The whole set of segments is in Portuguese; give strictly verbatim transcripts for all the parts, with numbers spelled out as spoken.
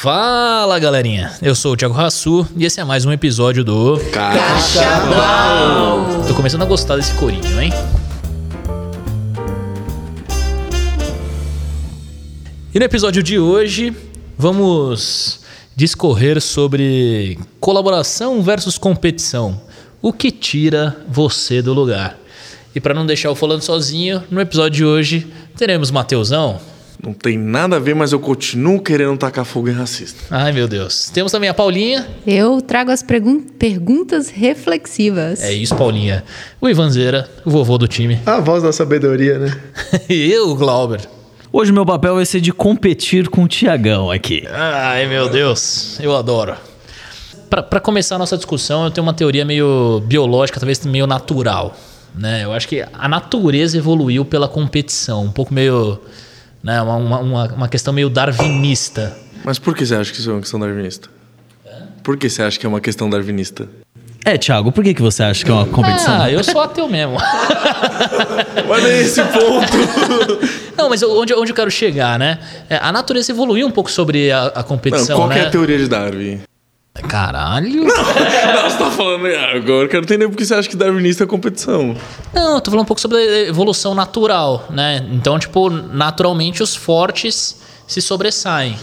Fala, galerinha, eu sou o Thiago Rassu e esse é mais um episódio do Cachablau. Tô começando a gostar desse corinho, hein? E no episódio de hoje vamos discorrer sobre colaboração versus competição. O que tira você do lugar? E para não deixar eu falando sozinho, no episódio de hoje teremos Mateusão. Não tem nada a ver, mas eu continuo querendo tacar fogo em racista. Ai, meu Deus. Temos também a Paulinha. Eu trago as pergun- perguntas reflexivas. É isso, Paulinha. O Ivanzeira, o vovô do time. A voz da sabedoria, né? E eu, o Glauber. Hoje meu papel vai ser de competir com o Tiagão aqui. Ai, meu Deus. Eu adoro. Para começar a nossa discussão, eu tenho uma teoria meio biológica, talvez meio natural. Né? Eu acho que a natureza evoluiu pela competição. Um pouco meio... Né? Uma, uma, uma questão meio darwinista. Mas por que você acha que isso é uma questão darwinista? Por que você acha que é uma questão darwinista? É, Thiago, por que, que você acha que é uma competição? Ah, eu sou ateu mesmo. Olha esse ponto. Não, mas onde, onde eu quero chegar, né? A natureza evoluiu um pouco sobre a, a competição, Não, qual né? que é a teoria de Darwin? Caralho. Não, você tá falando... Agora eu quero entender por que você acha que darwinista é competição. Não, eu tô falando um pouco sobre a evolução natural, né? Então, tipo, naturalmente os fortes se sobressaem.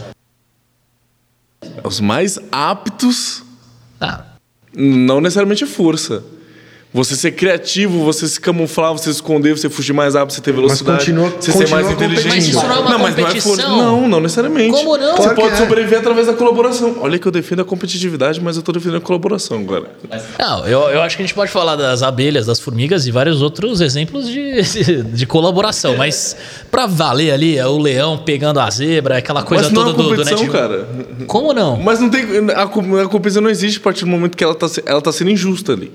Os mais aptos, Tá. não necessariamente é força. Você ser criativo, você se camuflar, você se esconder, você fugir mais rápido, você ter velocidade, continua- você continua ser mais competindo. inteligente. Mas isso não é uma mas não é competição? força. Não, não necessariamente. Como não? Você Claro pode que é. sobreviver através da colaboração. Olha que eu defendo a competitividade, mas eu tô defendendo a colaboração agora. Não, eu, eu acho que a gente pode falar das abelhas, das formigas e vários outros exemplos de, de, de colaboração. Mas pra valer ali, é o leão pegando a zebra, aquela coisa Mas não toda é do, do competição, Netflix. cara. Como não? Mas não tem... A, co- a competição não existe a partir do momento que ela tá, se- ela tá sendo injusta ali.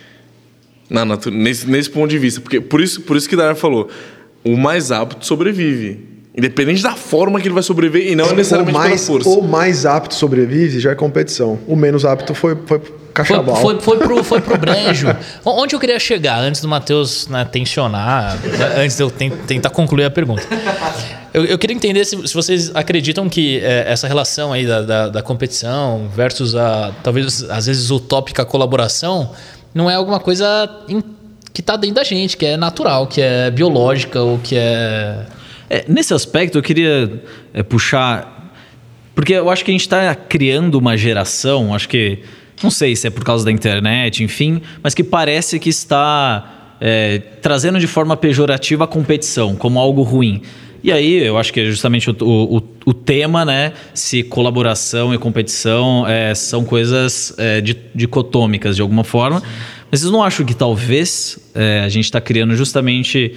Na natu- nesse, nesse ponto de vista. Porque, por, isso, por isso que Darwin falou, o mais apto sobrevive. Independente da forma que ele vai sobreviver e não é O necessariamente mais, pela força. o mais apto sobrevive já é competição. O menos apto foi, foi Foi, cachabal. foi, foi, pro, foi pro brejo. O- Onde eu queria chegar, antes do Matheus, né, tensionar, antes de eu ten- tentar concluir a pergunta. Eu, eu queria entender se, se vocês acreditam que é, essa relação aí da, da, da competição versus a, talvez, às vezes, utópica colaboração, não é alguma coisa in, que tá dentro da gente, que é natural, que é biológica ou que é... É, nesse aspecto, eu queria é, puxar... Porque eu acho que a gente está criando uma geração, acho que... Não sei se é por causa da internet, enfim, mas que parece que está é, trazendo de forma pejorativa a competição como algo ruim. E aí, eu acho que é justamente o, o, o tema, né? Se colaboração e competição é, são coisas é, di- dicotômicas de alguma forma. Sim. Mas vocês não acham que talvez é, a gente está criando justamente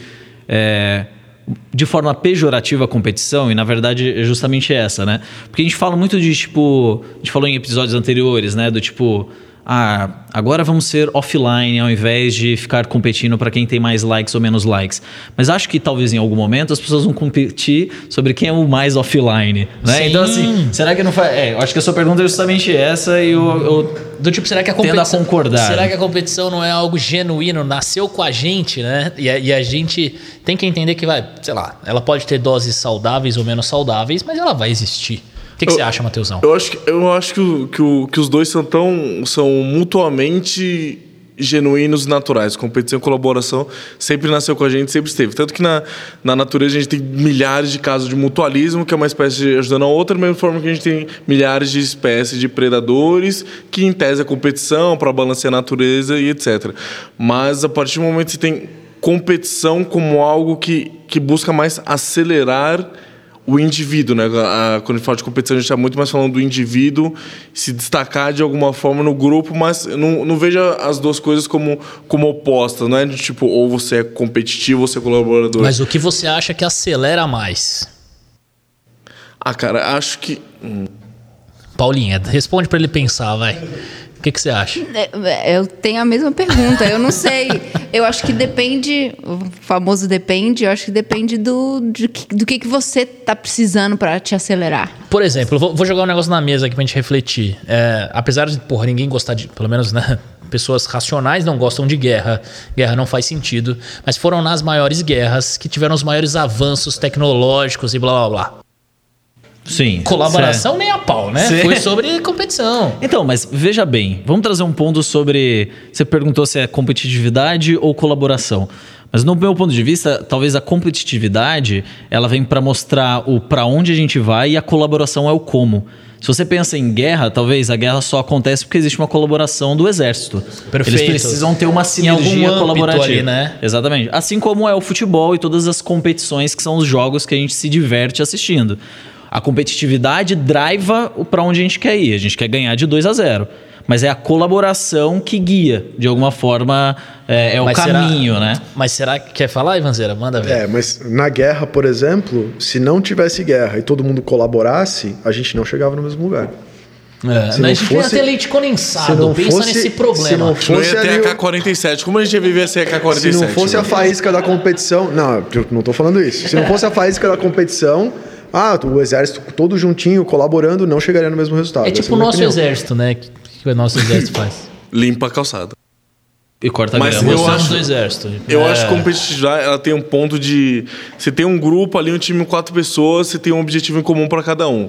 é, de forma pejorativa a competição? E na verdade é justamente essa, né? Porque a gente fala muito de tipo... A gente falou em episódios anteriores, né? Do tipo... Ah, agora vamos ser offline ao invés de ficar competindo para quem tem mais likes ou menos likes. Mas acho que talvez em algum momento as pessoas vão competir sobre quem é o mais offline, né? Sim. Então assim, será que não faz... É, eu acho que a sua pergunta é justamente essa e eu... eu Do tipo, será que a tendo competição... a concordar. Será que a competição não é algo genuíno? Nasceu com a gente, né? E a, e a gente tem que entender que vai... Sei lá, ela pode ter doses saudáveis ou menos saudáveis, mas ela vai existir. O que, que Eu- você acha, Mateusão? Eu acho que, eu acho que, o- que, o- que os dois são, tão, são mutuamente genuínos e naturais. Competição e colaboração sempre nasceu com a gente, sempre esteve. Tanto que na, na natureza a gente tem milhares de casos de mutualismo, que é uma espécie ajudando a outra, da mesma forma que a gente tem milhares de espécies de predadores, que em tese é competição para balancear a natureza e etcétera. Mas a partir do momento que você tem competição como algo que, que busca mais acelerar o indivíduo, né? A, quando a gente fala de competição, a gente está muito mais falando do indivíduo se destacar de alguma forma no grupo, mas não, não veja as duas coisas como, como opostas, não é de tipo, ou você é competitivo ou você é colaborador. Mas o que você acha que acelera mais? Ah, cara, acho que... Paulinha, responde pra ele pensar, vai. O que, que você acha? É, Eu tenho a mesma pergunta, eu não sei. Eu acho que depende, o famoso depende, eu acho que depende do, de que- do que, que você tá precisando para te acelerar. Por exemplo, eu vou, vou jogar um negócio na mesa aqui pra gente refletir. É, apesar de, porra, ninguém gostar de... Pelo menos, né? Pessoas racionais não gostam de guerra. Guerra não faz sentido. Mas foram nas maiores guerras que tiveram os maiores avanços tecnológicos e blá, blá, blá. Sim. Colaboração Certo. nem a pau, né? Sim. Foi sobre competição. Então, mas veja bem, vamos trazer um ponto sobre... Você perguntou se é competitividade ou colaboração. Mas no meu ponto de vista, talvez a competitividade, ela vem para mostrar o para onde a gente vai e a colaboração é o como. Se você pensa em guerra, talvez a guerra só acontece porque existe uma colaboração do exército. Perfeito. Eles precisam ter uma Em sinergia algum âmbito colaborativa. ali, né? Exatamente. Assim como é o futebol e todas as competições que são os jogos que a gente se diverte assistindo. A competitividade driva para onde a gente quer ir. A gente quer ganhar de dois a zero. Mas é a colaboração que guia, de alguma forma, é, é o Mas caminho, será, né? Mas será que quer falar, Ivanzeira? Manda ver. É, mas na guerra, por exemplo, se não tivesse guerra e todo mundo colaborasse, a gente não chegava no mesmo lugar. É, Se mas a não gente ia fosse- ter leite se condensado. não Pensa fosse- nesse se problema. não Não fosse ia ter ali a o- K quarenta e sete. Como a gente ia viver sem a K quarenta e Se sete? não fosse né? a faísca da competição... Não, eu não tô falando isso. Se não fosse a faísca da competição... Ah, o exército todo juntinho, colaborando, não chegaria no mesmo resultado. É Essa tipo a o minha nosso opinião. exército, né? O que, que o nosso exército faz? Limpa a calçada. E corta Mas grama. eu Nós somos acho- do exército. Eu É. acho que a competitividade ela tem um ponto de... Você tem um grupo ali, um time com quatro pessoas, você tem um objetivo em comum para cada um.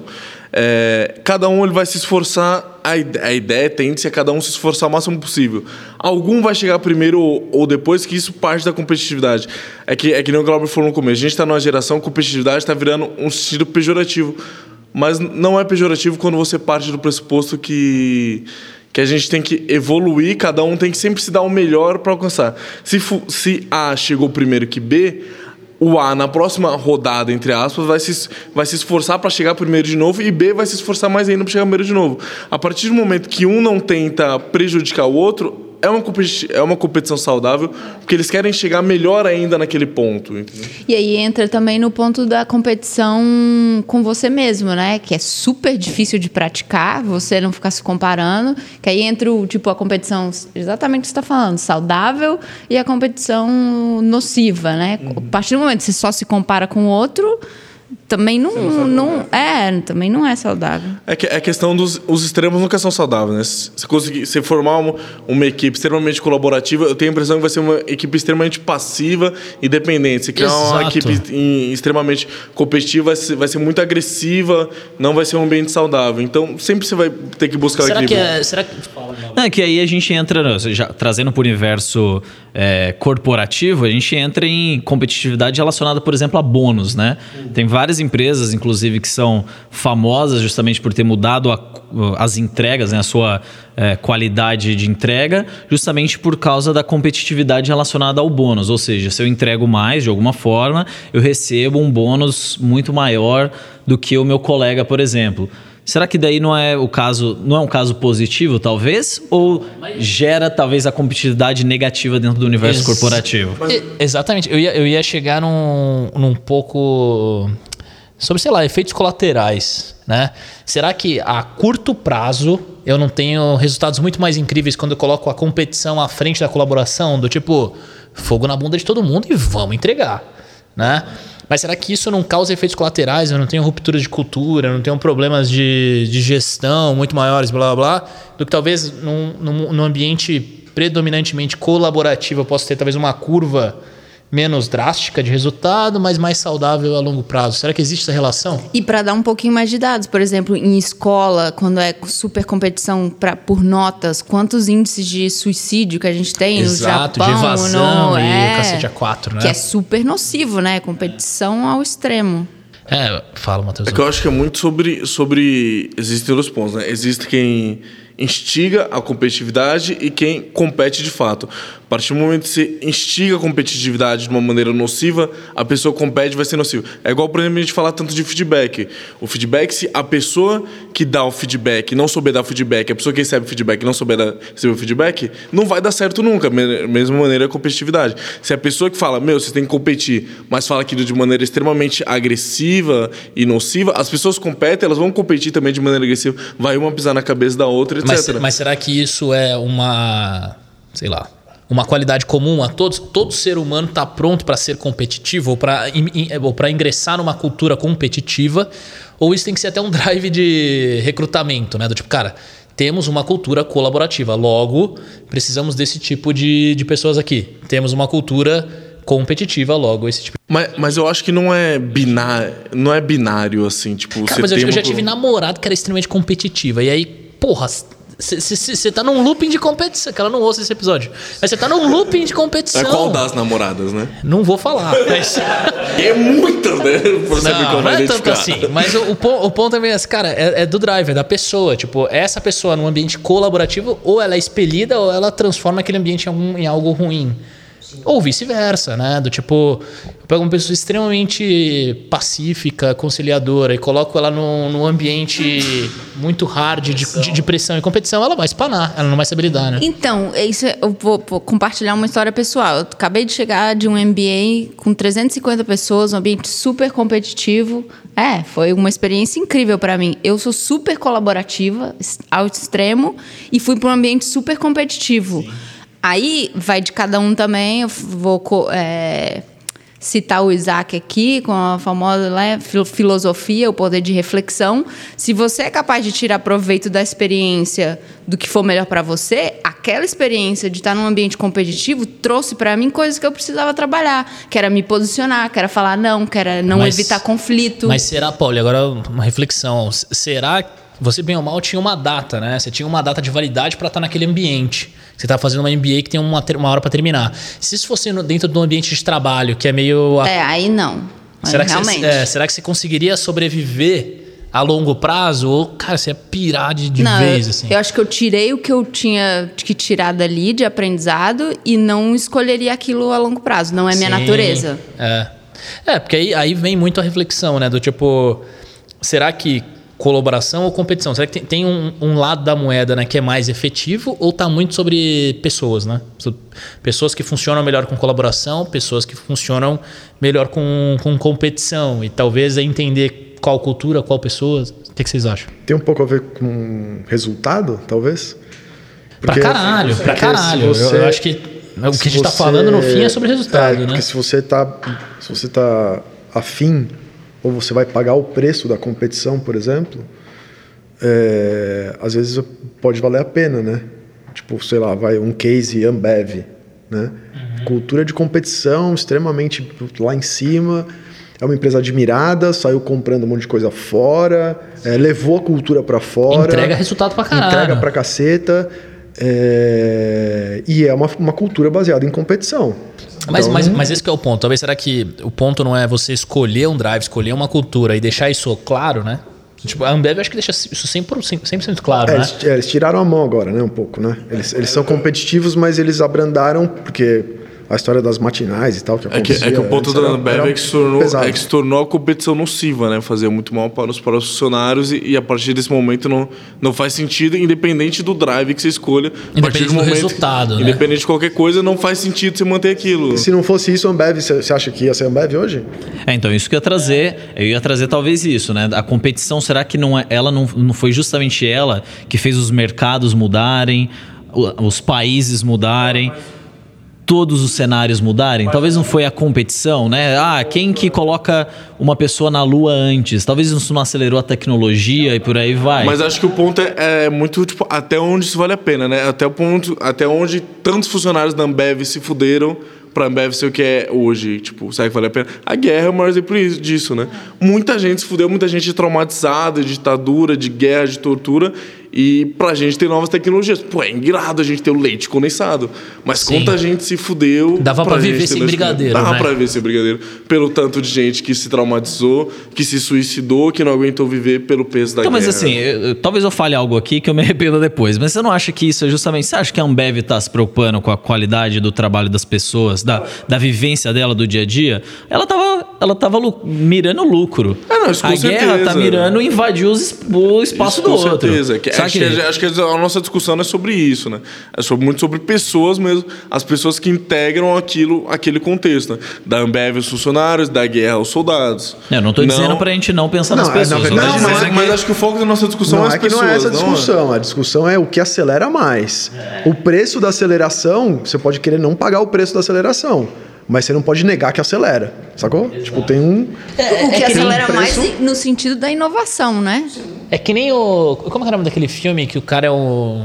É, cada um ele vai se esforçar, a, ide- a ideia tende-se a cada um se esforçar o máximo possível. Algum vai chegar primeiro ou, ou depois, que isso parte da competitividade. É que, é que nem o Glauber falou no começo, a gente está numa geração, competitividade está virando um sentido pejorativo. Mas não é pejorativo quando você parte do pressuposto que... que a gente tem que evoluir, cada um tem que sempre se dar o melhor para alcançar. Se, fu- se A chegou primeiro que B, o A, na próxima rodada, entre aspas, vai se, vai se esforçar para chegar primeiro de novo e B vai se esforçar mais ainda para chegar primeiro de novo. A partir do momento que um não tenta prejudicar o outro, é uma, competi- é uma competição saudável, porque eles querem chegar melhor ainda naquele ponto. Entendeu? E aí entra também no ponto da competição com você mesmo, né? Que é super difícil de praticar, você não ficar se comparando. Que aí entra o, tipo, a competição, exatamente o que você está falando, saudável, e a competição nociva, né? A partir do momento que você só se compara com o outro, também não, não, é, também não é saudável. É que é questão dos os extremos nunca são saudáveis, né? Se você conseguir se formar uma, uma equipe extremamente colaborativa, eu tenho a impressão que vai ser uma equipe extremamente passiva e dependente. Se criar uma Exato. equipe em- extremamente competitiva, vai ser, vai ser muito agressiva, não vai ser um ambiente saudável. Então, sempre você vai ter que buscar o Será que equilíbrio. é. Será que. Não, é que aí a gente entra, né, já, trazendo para o universo é, corporativo, a gente entra em competitividade relacionada, por exemplo, a bônus, né? Tem várias empresas, inclusive, que são famosas justamente por ter mudado a- as entregas, né, a sua é, qualidade de entrega, justamente por causa da competitividade relacionada ao bônus. Ou seja, se eu entrego mais de alguma forma, eu recebo um bônus muito maior do que o meu colega, por exemplo. Será que daí não é o caso, não é um caso positivo, talvez? Ou gera, talvez, a competitividade negativa dentro do universo Ex- corporativo? E- exatamente. Eu ia, eu ia chegar num, num pouco. Sobre, sei lá, efeitos colaterais, né? Será que a curto prazo eu não tenho resultados muito mais incríveis quando eu coloco a competição à frente da colaboração? Do tipo, fogo na bunda de todo mundo e vamos entregar, né? Mas será que isso não causa efeitos colaterais? Eu não tenho ruptura de cultura, eu não tenho problemas de, de gestão muito maiores, blá, blá, blá, do que talvez num, num, num ambiente predominantemente colaborativo eu possa ter talvez uma curva menos drástica de resultado, mas mais saudável a longo prazo. Será que existe essa relação? E para dar um pouquinho mais de dados, por exemplo, em escola, quando é super competição pra, por notas, quantos índices de suicídio que a gente tem Exato, no Japão, de evasão no, e é, cacete a quatro, né? que é super nocivo, né? Competição ao extremo. É, fala, Matheus. É que eu acho que é muito sobre... sobre existem dois pontos, né? Existe quem instiga a competitividade e quem compete de fato. A partir do momento que você instiga a competitividade de uma maneira nociva, a pessoa compete vai ser nociva. É igual, por exemplo, a gente falar tanto de feedback. O feedback, se a pessoa que dá o feedback não souber dar feedback, a pessoa que recebe o feedback não souber dar, receber o feedback, não vai dar certo nunca. Me- Mesma maneira a competitividade. Se a pessoa que fala, meu, você tem que competir, mas fala aquilo de maneira extremamente agressiva e nociva, as pessoas competem, elas vão competir também de maneira agressiva, vai uma pisar na cabeça da outra, etcétera. Mas, mas será que isso é uma, sei lá, uma qualidade comum a todos? Todo ser humano está pronto para ser competitivo ou para ou para ingressar numa cultura competitiva? Ou isso tem que ser até um drive de recrutamento, né? Do tipo, cara, temos uma cultura colaborativa, logo precisamos desse tipo de, de pessoas aqui. Temos uma cultura competitiva, logo esse tipo. Mas, mas eu acho que não é binário, não é binário assim, tipo, Cara, você mas eu, tem eu já uma- tive namorado que era extremamente competitiva. E aí, porra, você tá num looping de competição. Que ela não ouça esse episódio. Mas você tá num looping de competição. É qual das namoradas, né? Não vou falar, mas. É muitas, né? Pra saber Não, como não é tanto identificar. assim. Mas o, o, pon- o ponto também é esse, cara, é, é do driver, da pessoa. Tipo, essa pessoa num ambiente colaborativo, ou ela é expelida, ou ela transforma aquele ambiente em, algum, em algo ruim. Ou vice-versa, né? Do tipo, eu pego uma pessoa extremamente pacífica, conciliadora, e coloco ela num, num ambiente muito hard de, de, de pressão e competição, ela vai espanar, ela não vai saber lidar, né? Então, isso é- eu vou, vou compartilhar uma história pessoal. Eu acabei de chegar de um M B A com trezentas e cinquenta pessoas, um ambiente super competitivo. É, foi uma experiência incrível para mim. Eu sou super colaborativa, ao extremo, e fui para um ambiente super competitivo. Aí vai de cada um também. Eu vou co- é, citar o Isaac aqui com a famosa, né, fil- filosofia, o poder de reflexão. Se você é capaz de tirar proveito da experiência do que for melhor para você, aquela experiência de estar num ambiente competitivo trouxe para mim coisas que eu precisava trabalhar, que era me posicionar, que era falar não, que era não Mas- evitar conflito. Mas será, Paulo, agora uma reflexão. S- Será que você, bem ou mal, tinha uma data, né? Você tinha uma data de validade para estar naquele ambiente. Você está fazendo uma M B A que tem uma, ter- uma hora para terminar. Se isso fosse no- dentro de um ambiente de trabalho, que é meio... É, aí não. Aí será, que realmente. você, é, será que você conseguiria sobreviver a longo prazo? Ou, cara, você ia pirar de, de Não, vez, eu, assim? eu acho que eu tirei o que eu tinha que tirar dali de aprendizado e não escolheria aquilo a longo prazo. Não é minha Sim, natureza. É. É, porque aí, aí vem muito a reflexão, né? Do tipo, será que colaboração ou competição? Será que tem, tem um, um lado da moeda, né, que é mais efetivo ou tá muito sobre pessoas, né? So- Pessoas que funcionam melhor com colaboração, pessoas que funcionam melhor com, com competição. E talvez é entender qual cultura, qual pessoa. O que, que vocês acham? Tem um pouco a ver com resultado, talvez? Pra Porque- caralho, pra porque se caralho. Eu- você- eu acho que o que se a gente tá você- falando no fim é sobre resultado, é, né? Porque se você tá, se você tá afim, ou você vai pagar o preço da competição, por exemplo, é, às vezes pode valer a pena, né? Tipo, sei lá, vai um case Ambev, né? Uhum. Cultura de competição extremamente lá em cima. É uma empresa admirada, saiu comprando um monte de coisa fora, é, levou a cultura para fora. Entrega resultado pra caralho. Entrega pra caceta. é, e é uma, uma cultura baseada em competição. Mas, Então, mas, mas esse que é o ponto. Talvez será que o ponto não é você escolher um drive, escolher uma cultura e deixar isso claro, né? Tipo, a Ambev eu acho que deixa isso cem por cento, cem por cento claro, É, né? eles, é, eles tiraram a mão agora, né? Um pouco, né? Eles, eles são competitivos, mas eles abrandaram, porque a história das matinais e tal que É que, acontecia... é que o ponto antes da era- Ambev era é que, se tornou, pesado. é que se tornou a competição nociva, né? Fazia muito mal para os, para os funcionários e, e a partir desse momento não, não faz sentido, independente do drive que você escolha. A partir Independente do resultado, né? Independente de qualquer coisa, não faz sentido você manter aquilo. Se não fosse isso, a Ambev, você você acha que ia ser a Ambev hoje? É, então, isso que eu ia trazer, eu ia trazer talvez isso, né? A competição, será que não é, ela não, não foi justamente ela que fez os mercados mudarem, o- os países mudarem, todos os cenários mudarem? Talvez não foi a competição, né? Ah, quem que coloca uma pessoa na Lua antes? Talvez isso não acelerou a tecnologia e por aí vai. Mas acho que o ponto é, é muito, tipo, até onde isso vale a pena, né? Até o ponto, até onde tantos funcionários da Ambev se fuderam pra Ambev ser o que é hoje. Tipo, será que vale a pena? A guerra é o maior exemplo disso, né? Muita gente se fudeu, muita gente traumatizada, de ditadura, de guerra, de tortura. E pra gente ter novas tecnologias. Pô, é engraçado a gente ter o leite condensado. Mas Sim. quanta gente se fudeu. Dava pra gente viver ter sem leite brigadeiro, condensado. Dava né? pra viver sem brigadeiro. Pelo tanto de gente que se traumatizou, que se suicidou, que não aguentou viver pelo peso da Então, guerra. mas assim, eu- eu- talvez eu fale algo aqui que eu me arrependa depois, mas você não acha que isso é justamente... Você acha que a Ambev está se preocupando com a qualidade do trabalho das pessoas, da, da vivência dela do dia a dia? Ela estava ela tava lu- mirando lucro. Ah, não, isso com a guerra certeza. tá mirando invadir os es- o espaço Isso, do com outro. certeza. Que, Sabe acho, que, acho que a nossa discussão não é sobre isso, né? É sobre, muito sobre pessoas mesmo, as pessoas que integram aquilo, aquele contexto, né? Da Ambev os funcionários, da guerra os soldados. Eu não tô dizendo pra gente não pensar Não, nas é, na pessoas. eu tô verdade, Não, dizendo mas, que- mas acho que o foco da nossa discussão Não é as é que pessoas. não é essa não é? discussão. A discussão é o que acelera mais. O preço da aceleração, você pode querer não pagar o preço da aceleração, mas você não pode negar que acelera, sacou? Tipo, tem um... O que é que nem acelera preço- mais no sentido da inovação, né? É que nem o... Como é que é o nome daquele filme que o cara é o...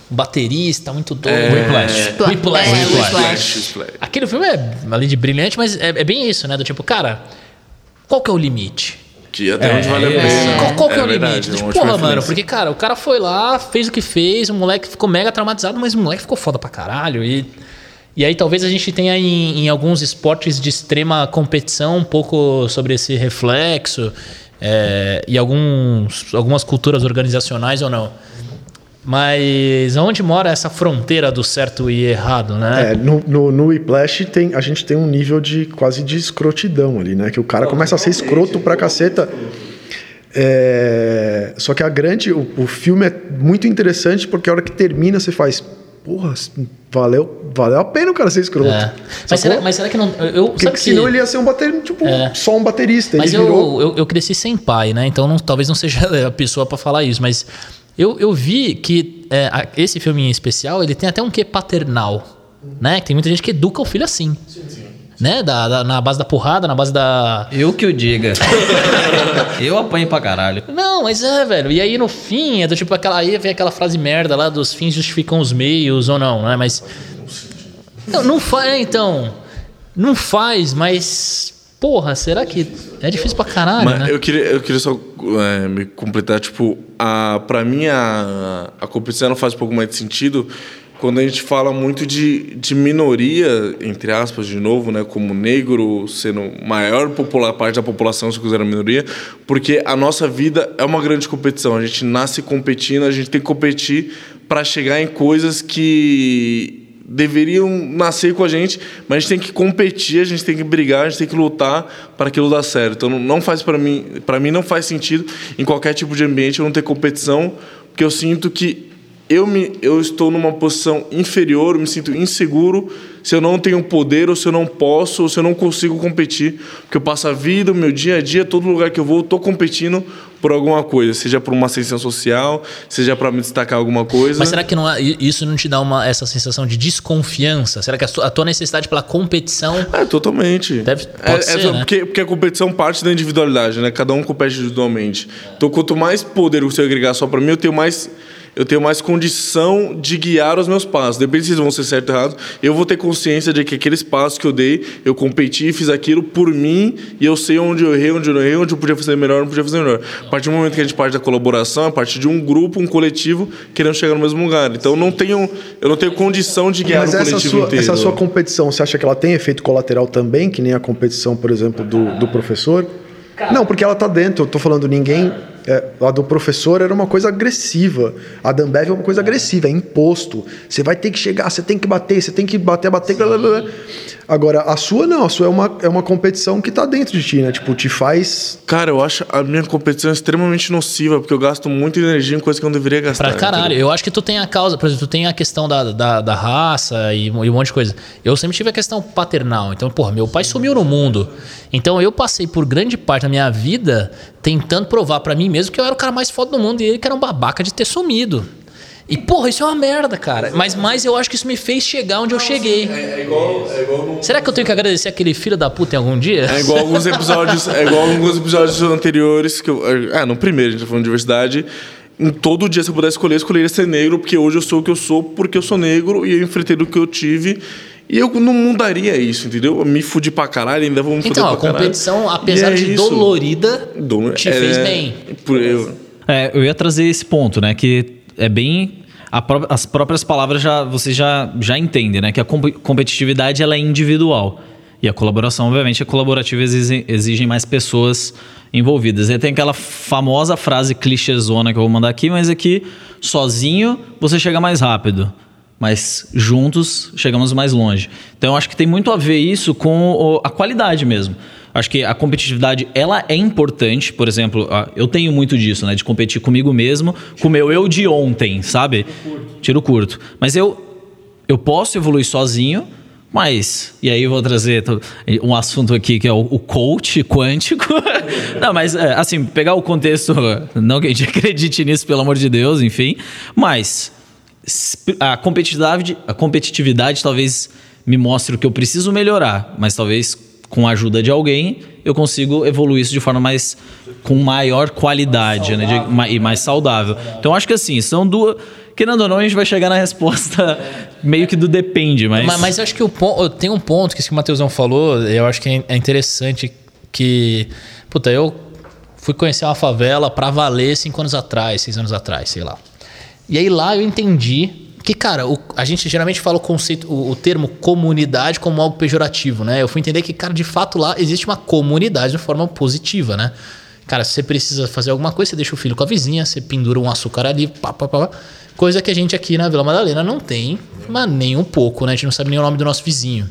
baterista muito doido. É. Whiplash. Pla- Whiplash. é, Whiplash. Whiplash. Whiplash. Aquele filme é, além de brilhante, mas é, é bem isso, né? Do tipo, cara, qual que é o limite? Que até onde vale a é. pena. Qual, qual que é, É o verdade, limite? é uma Tipo, ótima porra, mano, referência. porque, cara, o cara foi lá, fez o que fez, o moleque ficou mega traumatizado, mas o moleque ficou foda pra caralho. E, e aí talvez a gente tenha em, em alguns esportes de extrema competição um pouco sobre esse reflexo, é, e alguns, algumas culturas organizacionais ou não. Mas onde mora essa fronteira do certo e errado, né? É, no, no, no Whiplash tem, a gente tem um nível de quase de escrotidão ali, né? Que o cara começa a ser escroto pra caceta. É, só que a grande... O, o filme é muito interessante porque a hora que termina você faz... Porra, valeu, valeu a pena o cara ser escroto. É. Mas, será, mas será que não... Eu, Porque sabe que senão se- ele ia ser um baterista, tipo, É. só um baterista. Mas ele eu, virou... eu, eu cresci sem pai, né? Então não- talvez não seja a pessoa pra falar isso. Mas eu, eu vi que é, a- esse filme em especial, ele tem até um quê paternal, né? Tem muita gente que educa o filho assim. Né? Da, da- na base da porrada, na base da... Eu que o diga. Eu apanho pra caralho. Não, mas é, velho. E aí no fim, é do tipo aquela... Aí vem aquela frase merda lá dos fins justificam os meios ou não, né? Mas... Não, não faz, é, então... Não faz, mas... Porra, será que... É difícil pra caralho, Mas né? eu queria, eu queria só é, me completar, tipo, a, pra mim a, a competição não faz um pouco mais de sentido quando a gente fala muito de, de minoria, entre aspas, de novo, né, como negro sendo maior popular, parte da população, se considera minoria, porque a nossa vida é uma grande competição. A gente nasce competindo, a gente tem que competir para chegar em coisas que deveriam nascer com a gente, mas a gente tem que competir, a gente tem que brigar, a gente tem que lutar para aquilo dar certo. Então não faz para mim, para mim não faz sentido em qualquer tipo de ambiente eu não ter competição, porque eu sinto que eu me eu estou numa posição inferior, eu me sinto inseguro se eu não tenho poder ou se eu não posso ou se eu não consigo competir, porque eu passo a vida, o meu dia a dia, todo lugar que eu vou, eu tô competindo por alguma coisa, seja por uma ascensão social, seja para me destacar alguma coisa. Mas será que não é- isso não te dá uma, essa sensação de desconfiança? Será que a, sua- a tua necessidade pela competição... É, totalmente. Deve- é, pode ser, é, né? porque, porque a competição parte da individualidade, né? Cada um compete individualmente. Então, quanto mais poder você agregar só para mim, eu tenho mais... Eu tenho mais condição de guiar os meus passos. Depende se eles vão ser certo ou errado. Eu vou ter consciência de que aqueles passos que eu dei, eu competi e fiz aquilo por mim, e eu sei onde eu errei, onde eu não errei, onde eu podia fazer melhor, onde eu podia fazer melhor. A partir do momento que a gente parte da colaboração, a partir de um grupo, um coletivo, querendo chegar no mesmo lugar. Então, eu não tenho, eu não tenho condição de guiar Mas o essa coletivo sua, inteiro. essa sua competição, você acha que ela tem efeito colateral também, que nem a competição, por exemplo, do, do professor? Não, porque ela tá dentro, eu tô falando, ninguém... É, a do professor era uma coisa agressiva. A da Ambev é uma coisa agressiva, é imposto. Você vai ter que chegar, você tem que bater, você tem que bater, bater... Blá, blá, blá. Agora, a sua não, a sua é uma, é uma competição que tá dentro de ti, né? Tipo, te faz... Cara, eu acho a minha competição extremamente nociva, porque eu gasto muita energia em coisa que eu não deveria gastar. Pra caralho. entendeu? Eu acho que tu tem a causa, por exemplo, tu tem a questão da, da, da raça e, e um monte de coisa. Eu sempre tive a questão paternal. Então, porra, meu pai sumiu no mundo. Então, eu passei por grande parte da minha vida tentando provar pra mim mesmo que eu era o cara mais foda do mundo e ele que era um babaca de ter sumido. E, porra, isso é uma merda, cara. Mas, mas eu acho que isso me fez chegar onde eu cheguei. É igual, é igual no... Será que eu tenho que agradecer aquele filho da puta em algum dia? É igual alguns episódios, é igual alguns episódios anteriores que eu, ah, no primeiro a gente tá falando de diversidade. Em todo dia se eu pudesse escolher, eu escolheria ser negro, porque hoje eu sou o que eu sou, porque eu sou negro e eu enfrentei do que eu tive. E eu não mudaria isso, entendeu? Eu me fudi pra caralho, ainda vou me fuder Então, pra a caralho. competição, apesar E é de isso. dolorida, Dolo- te é, fez bem. Por, eu, É, eu ia trazer esse ponto, né? Que é bem... a pró- as próprias palavras já você já, já entende, né? Que a com- competitividade ela é individual. E a colaboração, obviamente, a colaborativa exige, exigem mais pessoas envolvidas. E tem aquela famosa frase clichêzona que eu vou mandar aqui, mas é que sozinho você chega mais rápido. Mas juntos chegamos mais longe. Então eu acho que tem muito a ver isso com o- a qualidade mesmo. Acho que a competitividade ela é importante. Por exemplo, ah, eu tenho muito disso, né? De competir comigo mesmo, com o meu eu de ontem, sabe? Tiro curto. Mas eu, eu posso evoluir sozinho, mas... E aí eu vou trazer to- um assunto aqui que é o, o coach quântico. Não, mas é, assim, pegar o contexto... Não que a gente acredite nisso, pelo amor de Deus, enfim. Mas... A competitividade, a competitividade talvez me mostre o que eu preciso melhorar, mas talvez com a ajuda de alguém, eu consigo evoluir isso de forma mais... com maior qualidade, né? De, ma, e mais saudável. Então, acho que assim, são duas... Querendo ou não, a gente vai chegar na resposta meio que do depende, mas... Mas, mas eu acho que o ponto, tem um ponto que, que o Matheusão falou, eu acho que é interessante que... Puta, eu fui conhecer uma favela pra valer cinco anos atrás, seis anos atrás, sei lá. E aí lá eu entendi... Que, cara, o, a gente geralmente fala o conceito, o, o termo comunidade como algo pejorativo, né? Eu fui entender que, cara, de fato lá existe uma comunidade de forma positiva, né? Cara, se você precisa fazer alguma coisa, você deixa o filho com a vizinha, você pendura um açúcar ali, pá, pá, pá. Coisa que a gente aqui na Vila Madalena não tem, mas nem um pouco, né? A gente não sabe nem o nome do nosso vizinho.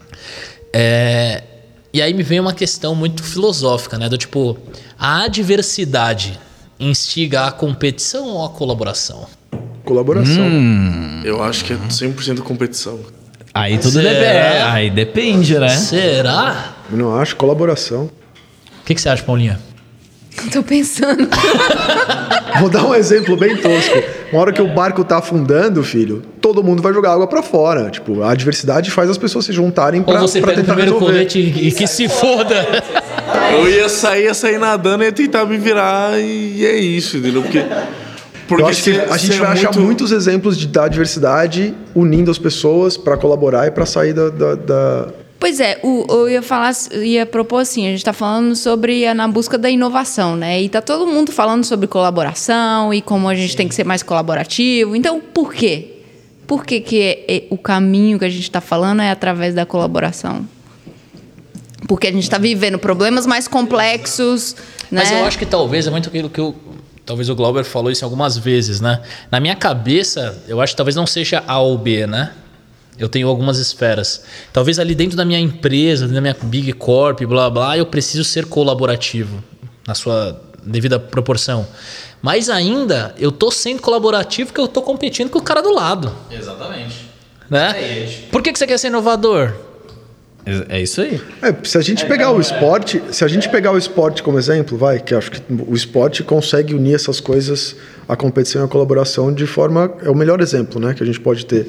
É, e aí me vem uma questão muito filosófica, né? Do tipo, a adversidade instiga a competição ou a colaboração? Colaboração. Hum. Eu acho que é cem por cento competição. Aí tudo Será? depende. É, aí depende, né? Será? Eu não acho colaboração. O que, que você acha, Paulinha? Tô pensando. Vou dar um exemplo bem tosco. Uma hora que o barco tá afundando, filho, todo mundo vai jogar água pra fora. Tipo, a adversidade faz as pessoas se juntarem pra, Ou você pra pega o tentar primeiro resolver. colete e, e que se foda. Eu ia sair, ia sair nadando e ia tentar me virar e é isso, entendeu? Porque... Porque Eu acho que se- a se gente é vai achar muito- muitos exemplos de, da diversidade unindo as pessoas pra colaborar e pra sair da... da, da... Pois é, o, eu ia falar, eu ia propor assim, a gente está falando sobre a, na busca da inovação, né? E tá todo mundo falando sobre colaboração e como a gente tem que ser mais colaborativo. Então, por quê? Por que, que é- é- o caminho que a gente está falando é através da colaboração? Porque a gente está vivendo problemas mais complexos, né? Mas eu acho que talvez é muito aquilo que eu... Talvez o Glauber falou isso algumas vezes, né? Na minha cabeça, eu acho que talvez não seja A ou B, né? Eu tenho algumas esferas. Talvez ali dentro da minha empresa, dentro da minha Big Corp, blá, blá, eu preciso ser colaborativo na sua devida proporção. Mas ainda, eu tô sendo colaborativo porque eu tô competindo com o cara do lado, Exatamente. né? Por que que você quer ser inovador? É, é isso aí. É, se a gente pegar o esporte, se a gente pegar o esporte como exemplo, vai, que acho que o esporte consegue unir essas coisas, a competição e a colaboração de forma, é o melhor exemplo, né, que a gente pode ter.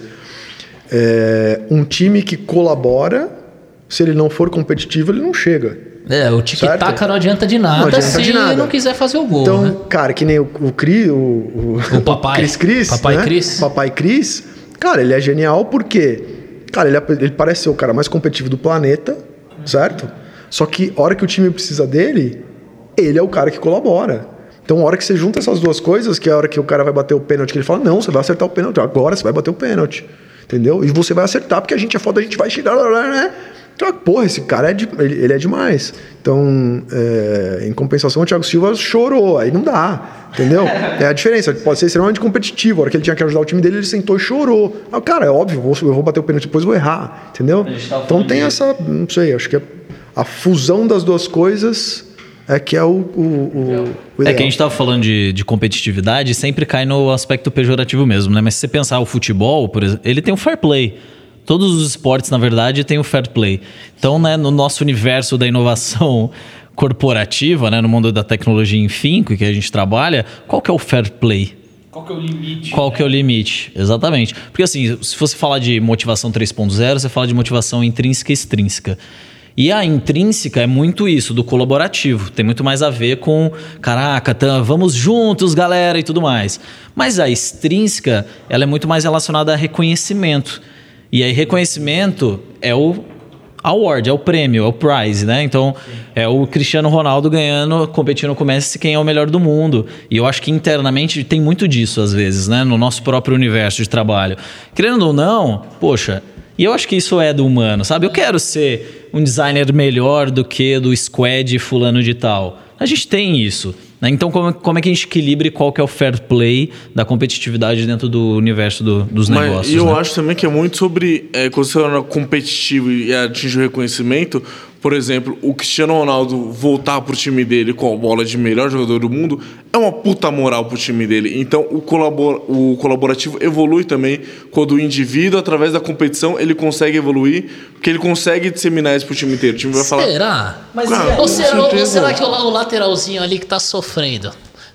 É, um time que colabora, se ele não for competitivo, ele não chega. É, o tic-tac Certo? não adianta de nada Não adianta se de nada. não quiser fazer o gol, Então, né? cara, que nem o, o Cris, o, o, O papai. Cris Cris, Papai né? Cris. Papai Cris, cara, ele é genial porque, cara, ele, é- ele parece ser o cara mais competitivo do planeta, certo? Só que a hora que o time precisa dele, ele é o cara que colabora. Então, a hora que você junta essas duas coisas, que é a hora que o cara vai bater o pênalti, que ele fala, não, você vai acertar o pênalti, agora você vai bater o pênalti. Entendeu? E você vai acertar, porque a gente é foda, a gente vai chegar lá, né? Então, porra, esse cara é de, ele, ele é demais. Então, é, em compensação, o Thiago Silva chorou, aí não dá, entendeu? É a diferença, pode ser extremamente competitivo. A hora que ele tinha que ajudar o time dele, ele sentou e chorou. Ah, cara, é óbvio, eu vou, eu vou bater o pênalti, depois vou errar, entendeu? Então tem essa, não sei, acho que é a fusão das duas coisas é que é o, o, o, o É ideal. que a gente tava falando de, de competitividade, sempre cai no aspecto pejorativo mesmo, né? Mas se você pensar o futebol, por exemplo, ele tem o fair play. Todos os esportes, na verdade, têm o fair play. Então, né, no nosso universo da inovação corporativa, né, no mundo da tecnologia, enfim, com que a gente trabalha, qual que é o fair play? Qual que é o limite? Qual que é o limite? Exatamente. Porque assim, se você falar de motivação três ponto zero, você fala de motivação intrínseca e extrínseca. E a intrínseca é muito isso, do colaborativo. Tem muito mais a ver com, caraca, tá, vamos juntos, galera, e tudo mais. Mas a extrínseca, ela é muito mais relacionada a reconhecimento. E aí reconhecimento é o award, é o prêmio, é o prize, né? Então, é o Cristiano Ronaldo ganhando, competindo com o Messi, quem é o melhor do mundo. E eu acho que internamente tem muito disso, às vezes, né? No nosso próprio universo de trabalho. Querendo ou não, poxa, e eu acho que isso é do humano, sabe? Eu quero ser um designer melhor do que do squad fulano de tal. A gente tem isso, né? Então, como, como é que a gente equilibra qual que é o fair play da competitividade dentro do universo do, dos Mas negócios, e eu né? acho também que é muito sobre é, quando você se torna competitivo e atinge o reconhecimento. Por exemplo, o Cristiano Ronaldo voltar pro time dele com a bola de melhor jogador do mundo é uma puta moral pro time dele. Então o, colabor, o colaborativo evolui também quando o indivíduo, através da competição, ele consegue evoluir, porque ele consegue disseminar isso pro time inteiro. O time vai falar. Será? Mas ou, com será ou certeza. será que o, la- o lateralzinho ali que tá sofrendo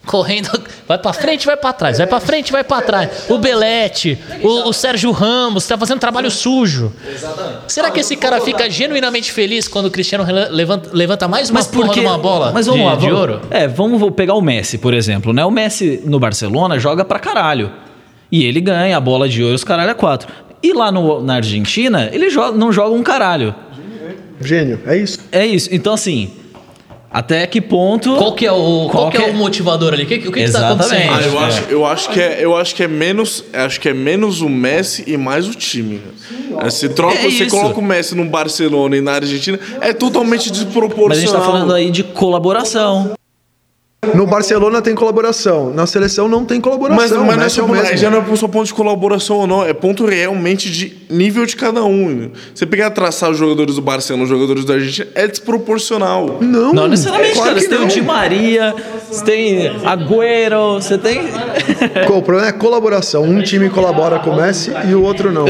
correndo, vai pra frente, vai pra trás, vai pra frente, vai pra trás. O Belete, o, o Sérgio Ramos, tá fazendo trabalho sujo. Exatamente. Será que esse cara fica genuinamente feliz quando o Cristiano levanta, levanta mais uma Mas porra porque, numa bola mas vamos de, lá, de vamos, ouro? É, vamos pegar o Messi, por exemplo, né? O Messi no Barcelona joga pra caralho. E ele ganha a bola de ouro, os caralho é quatro. E lá no, na Argentina, ele joga, não joga um caralho. Gênio, é isso. É isso. Então, assim, até que ponto... Qual que é o, qual qual que é que é- o motivador ali? O que, o que, que tá Exatamente. acontecendo? Ah, eu É. acho, eu acho que é, eu acho que é menos, acho que é menos o Messi e mais o time. Cara. Você troca, É você isso. coloca o Messi no Barcelona e na Argentina, é totalmente desproporcional. Mas a gente tá falando aí de colaboração. No Barcelona tem colaboração, na seleção não tem Mas, colaboração. mas não é Messi só, é o mesmo. já não é só ponto de colaboração ou não, é ponto realmente de nível de cada um. Você pegar e traçar os jogadores do Barcelona, os jogadores da Argentina, é desproporcional. Não, Não necessariamente, claro cara. que Você tem não. o Di Maria, você tem Agüero, você tem... O problema é colaboração. Um time colabora com o Messi e o outro não.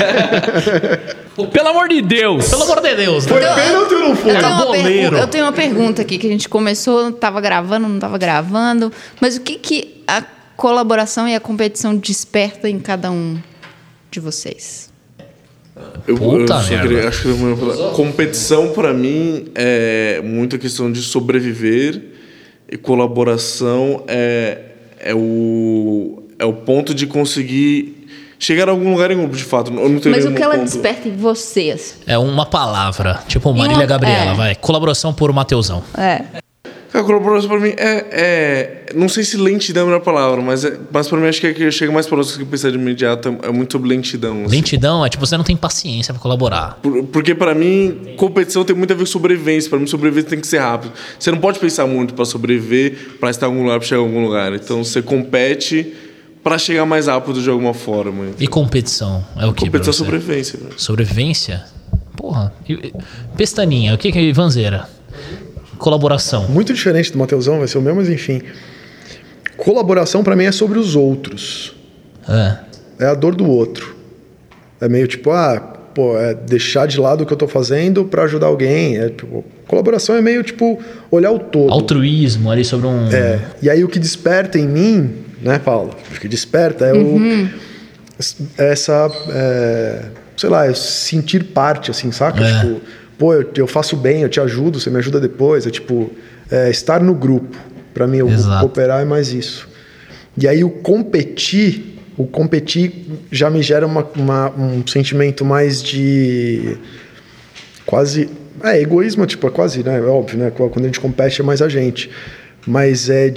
Pelo amor de Deus! Pelo amor de Deus, né? Pênalti ou não foi? Eu tenho, uma Tabuleiro. pergu- eu tenho uma pergunta aqui, que a gente começou, tava gravando, não tava gravando, mas o que, que a colaboração e a competição desperta em cada um de vocês? Eu, Puta eu só merda. queria, acho que eu vou falar. Competição, pra mim, é muita questão de sobreviver, e colaboração é, é, o, é o ponto de conseguir chegar a algum lugar em grupo, de fato. Eu não tenho Mas o nenhum que ela ponto. desperta em vocês? É uma palavra, tipo E Marília uma- Gabriela, é. vai. Colaboração por Mateusão. É. A colaboração pra mim é, é. Não sei se lentidão é a melhor palavra, mas, é, mas pra mim acho que é que chega mais próximo que pensar de imediato. É muito sobre lentidão. assim. Lentidão é tipo, você não tem paciência pra colaborar. Por- Porque pra mim, competição tem muito a ver com sobrevivência. Pra mim, sobrevivência tem que ser rápido. Você não pode pensar muito pra sobreviver, pra estar em algum lugar, pra chegar em algum lugar. Então você compete pra chegar mais rápido de alguma forma. E competição? É o que? Competição é sobrevivência. Né? Sobrevivência? Porra. E- e- Pestaninha, o que que é Ivanzeira? Colaboração. Muito diferente do Mateusão, vai ser o mesmo, mas enfim. Colaboração pra mim é sobre os outros. É. É a dor do outro. É meio tipo, ah, pô, é deixar de lado o que eu tô fazendo pra ajudar alguém. É, tipo, colaboração é meio tipo olhar o todo. Altruísmo ali sobre um. É. E aí o que desperta em mim, né, Paulo? O que desperta é o essa, é, sei lá, é sentir parte, assim, saca? É. Tipo, pô, eu, eu faço bem, eu te ajudo, você me ajuda depois. É tipo, é, estar no grupo. Pra mim, o Exato. cooperar é mais isso. E aí o competir, o competir já me gera uma, uma- um sentimento mais de quase, é egoísmo, tipo, é quase, né, é óbvio, né, quando a gente compete é mais a gente, mas é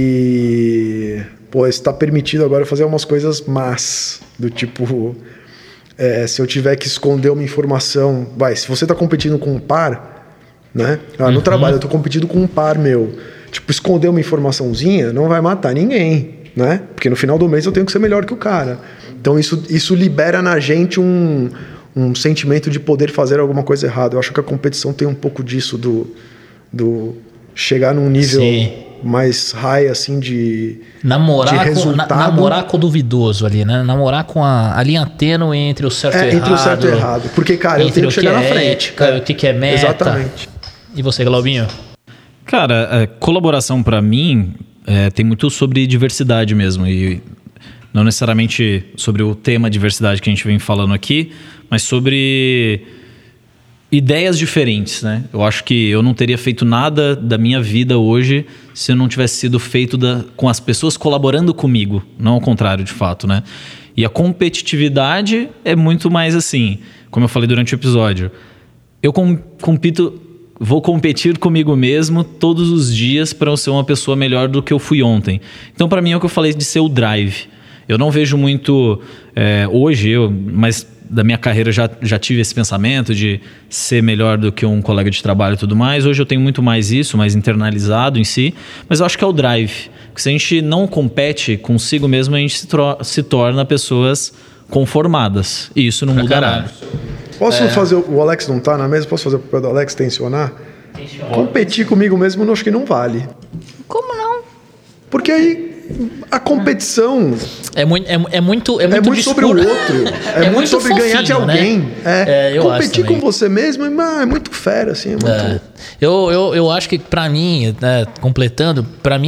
de, pô, está permitido agora fazer umas coisas más, do tipo, é, se eu tiver que esconder uma informação, vai, se você está competindo com um par, né, ah, no trabalho eu estou competindo com um par meu, tipo, esconder uma informaçãozinha não vai matar ninguém, né? Porque no final do mês eu tenho que ser melhor que o cara. Então isso, isso libera na gente um, um sentimento de poder fazer alguma coisa errada. Eu acho que a competição tem um pouco disso, do, do chegar num nível Sim. mais high, assim, de, Namorar, de com, resultado. na, namorar com o duvidoso ali, né? Namorar com a, a linha tênue entre o certo e o É, errado. entre o certo e o errado. Porque, cara, eu entre tenho que o chegar é na frente. ética, o que, que é meta. Exatamente. E você, Glaubinho? Cara, é, colaboração pra mim é, tem muito sobre diversidade mesmo. E não necessariamente sobre o tema diversidade que a gente vem falando aqui, mas sobre ideias diferentes, né? Eu acho que eu não teria feito nada da minha vida hoje se eu não tivesse sido feito da, com as pessoas colaborando comigo, não ao contrário, de fato, né? E a competitividade é muito mais assim, como eu falei durante o episódio. Eu com, compito, vou competir comigo mesmo todos os dias para eu ser uma pessoa melhor do que eu fui ontem. Então, para mim, é o que eu falei de ser o drive. Eu não vejo muito é, hoje, eu, mas da minha carreira já, já tive esse pensamento de ser melhor do que um colega de trabalho e tudo mais. Hoje eu tenho muito mais isso, mais internalizado em si. Mas eu acho que é o drive. Porque se a gente não compete consigo mesmo, a gente se, tro- se torna pessoas conformadas. E isso não Pra muda caralho. nada. Posso fazer, o o Alex não tá na mesa, posso fazer o papel do Alex, tensionar? Competir comigo mesmo, eu acho que não vale. Como não? Porque aí a competição É muito, é, é muito, é é muito, muito sobre o discurso. outro. É, muito sobre ganhar de fofinho, alguém. né? É, É, eu acho competir também. com você mesmo é, é muito fera, assim. É muito... É. Eu, eu, eu acho que pra mim, né, completando, pra mim,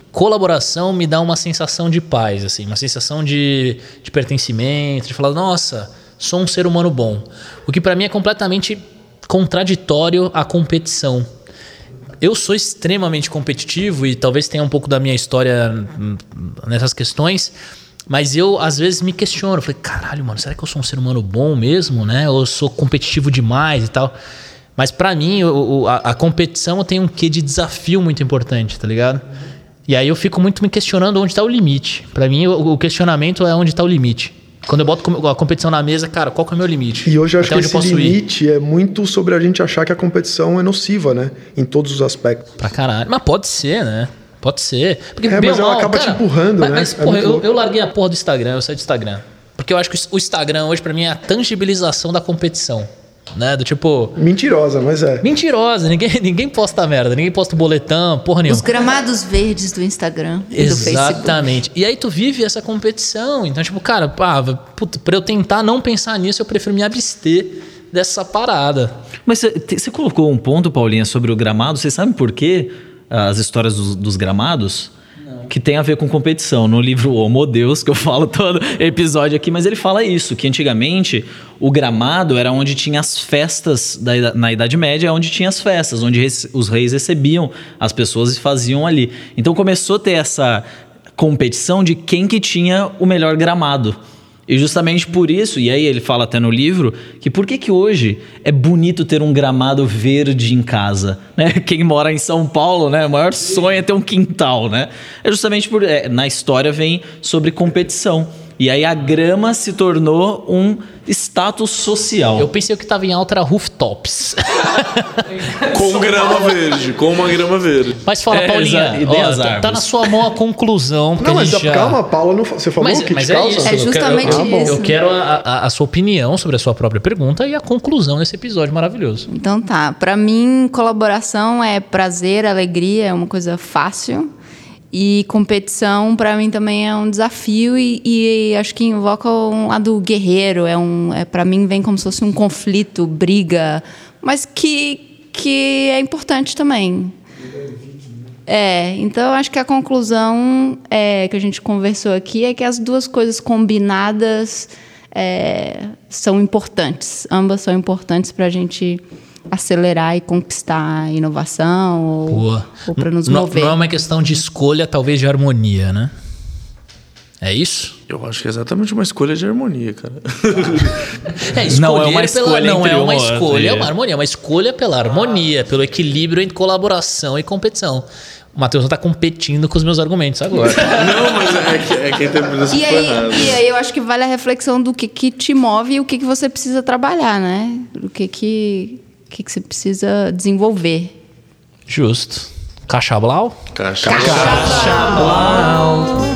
colaboração me dá uma sensação de paz, assim, uma sensação de, de pertencimento, de falar, nossa, sou um ser humano bom. O que para mim é completamente contraditório à competição. Eu sou extremamente competitivo e talvez tenha um pouco da minha história nessas questões, mas eu às vezes me questiono, eu falei, caralho, mano, será que eu sou um ser humano bom mesmo, né? Ou eu sou competitivo demais e tal? Mas pra mim, o, a, a competição tem um quê de desafio muito importante, tá ligado? E aí eu fico muito me questionando onde tá o limite. Pra mim, o, o questionamento é onde tá o limite. Quando eu boto a competição na mesa, cara, qual que é o meu limite? E hoje eu acho Até que esse limite ir? é muito sobre a gente achar que a competição é nociva, né? Em todos os aspectos. Pra caralho. Mas pode ser, né? Pode ser. Porque, é, mas ela acaba cara, te empurrando, mas, né? Mas, é porra, eu, eu larguei a porra do Instagram, eu saí do Instagram. Porque eu acho que o Instagram hoje, pra mim, é a tangibilização da competição. Né? Do tipo... Mentirosa, mas é. Mentirosa. Ninguém, ninguém posta merda. Ninguém posta boletão, porra nenhuma. Os gramados verdes do Instagram e do Facebook. Exatamente. E aí tu vive essa competição. Então, tipo, cara, pá, puta, pra eu tentar não pensar nisso, eu prefiro me abster dessa parada. Mas você colocou um ponto, Paulinha, sobre o gramado. Você sabe por quê? As histórias dos, dos gramados? Que tem a ver com competição. No livro Homo Deus, que eu falo todo episódio aqui, mas ele fala isso, que antigamente o gramado era onde tinha as festas, da, na Idade Média, onde tinha as festas, onde os reis recebiam as pessoas e faziam ali. Então começou a ter essa competição de quem que tinha o melhor gramado. E justamente por isso, e aí ele fala até no livro, que por que que hoje é bonito ter um gramado verde em casa, né? Quem mora em São Paulo, né? O maior sonho é ter um quintal, né? É justamente por... É, na história vem sobre competição. E aí a grama se tornou um status social. Eu pensei que estava em alta era rooftops. Com grama verde, com uma grama verde. Mas fala, É, Paulinha, exa- ó, as tá, árvores. tá na sua mão a conclusão. Não, mas já... calma, Paula, não, você falou Mas, que mas te é causa? isso. É justamente eu quero, eu, isso. Eu quero a, a, a sua opinião sobre a sua própria pergunta e a conclusão desse episódio maravilhoso. Então tá, pra mim colaboração é prazer, alegria, é uma coisa fácil. E competição pra mim também é um desafio e, e acho que invoca um lado guerreiro, é um, é, para mim vem como se fosse um conflito, briga, mas que, que é importante também. É, então eu acho que a conclusão é, que a gente conversou aqui é que as duas coisas combinadas é, são importantes, ambas são importantes pra gente acelerar e conquistar a inovação ou, ou para nos não, mover. Não é uma questão de escolha, talvez de harmonia, né? É isso? Eu acho que é exatamente uma escolha de harmonia, cara. É, escolher Não é uma pela, escolha não entre é uma um ou outro, escolha, é é. uma harmonia, é uma escolha pela harmonia, pelo equilíbrio entre colaboração e competição. O Matheus não está competindo com os meus argumentos agora. Não, mas é que, é que a interpretação E foi aí, errada. e aí eu acho que vale a reflexão do que, que te move e o que, que você precisa trabalhar, né? O que, que, que, que você precisa desenvolver. Justo. Caixa Blau? Caixa. Caixa Blau.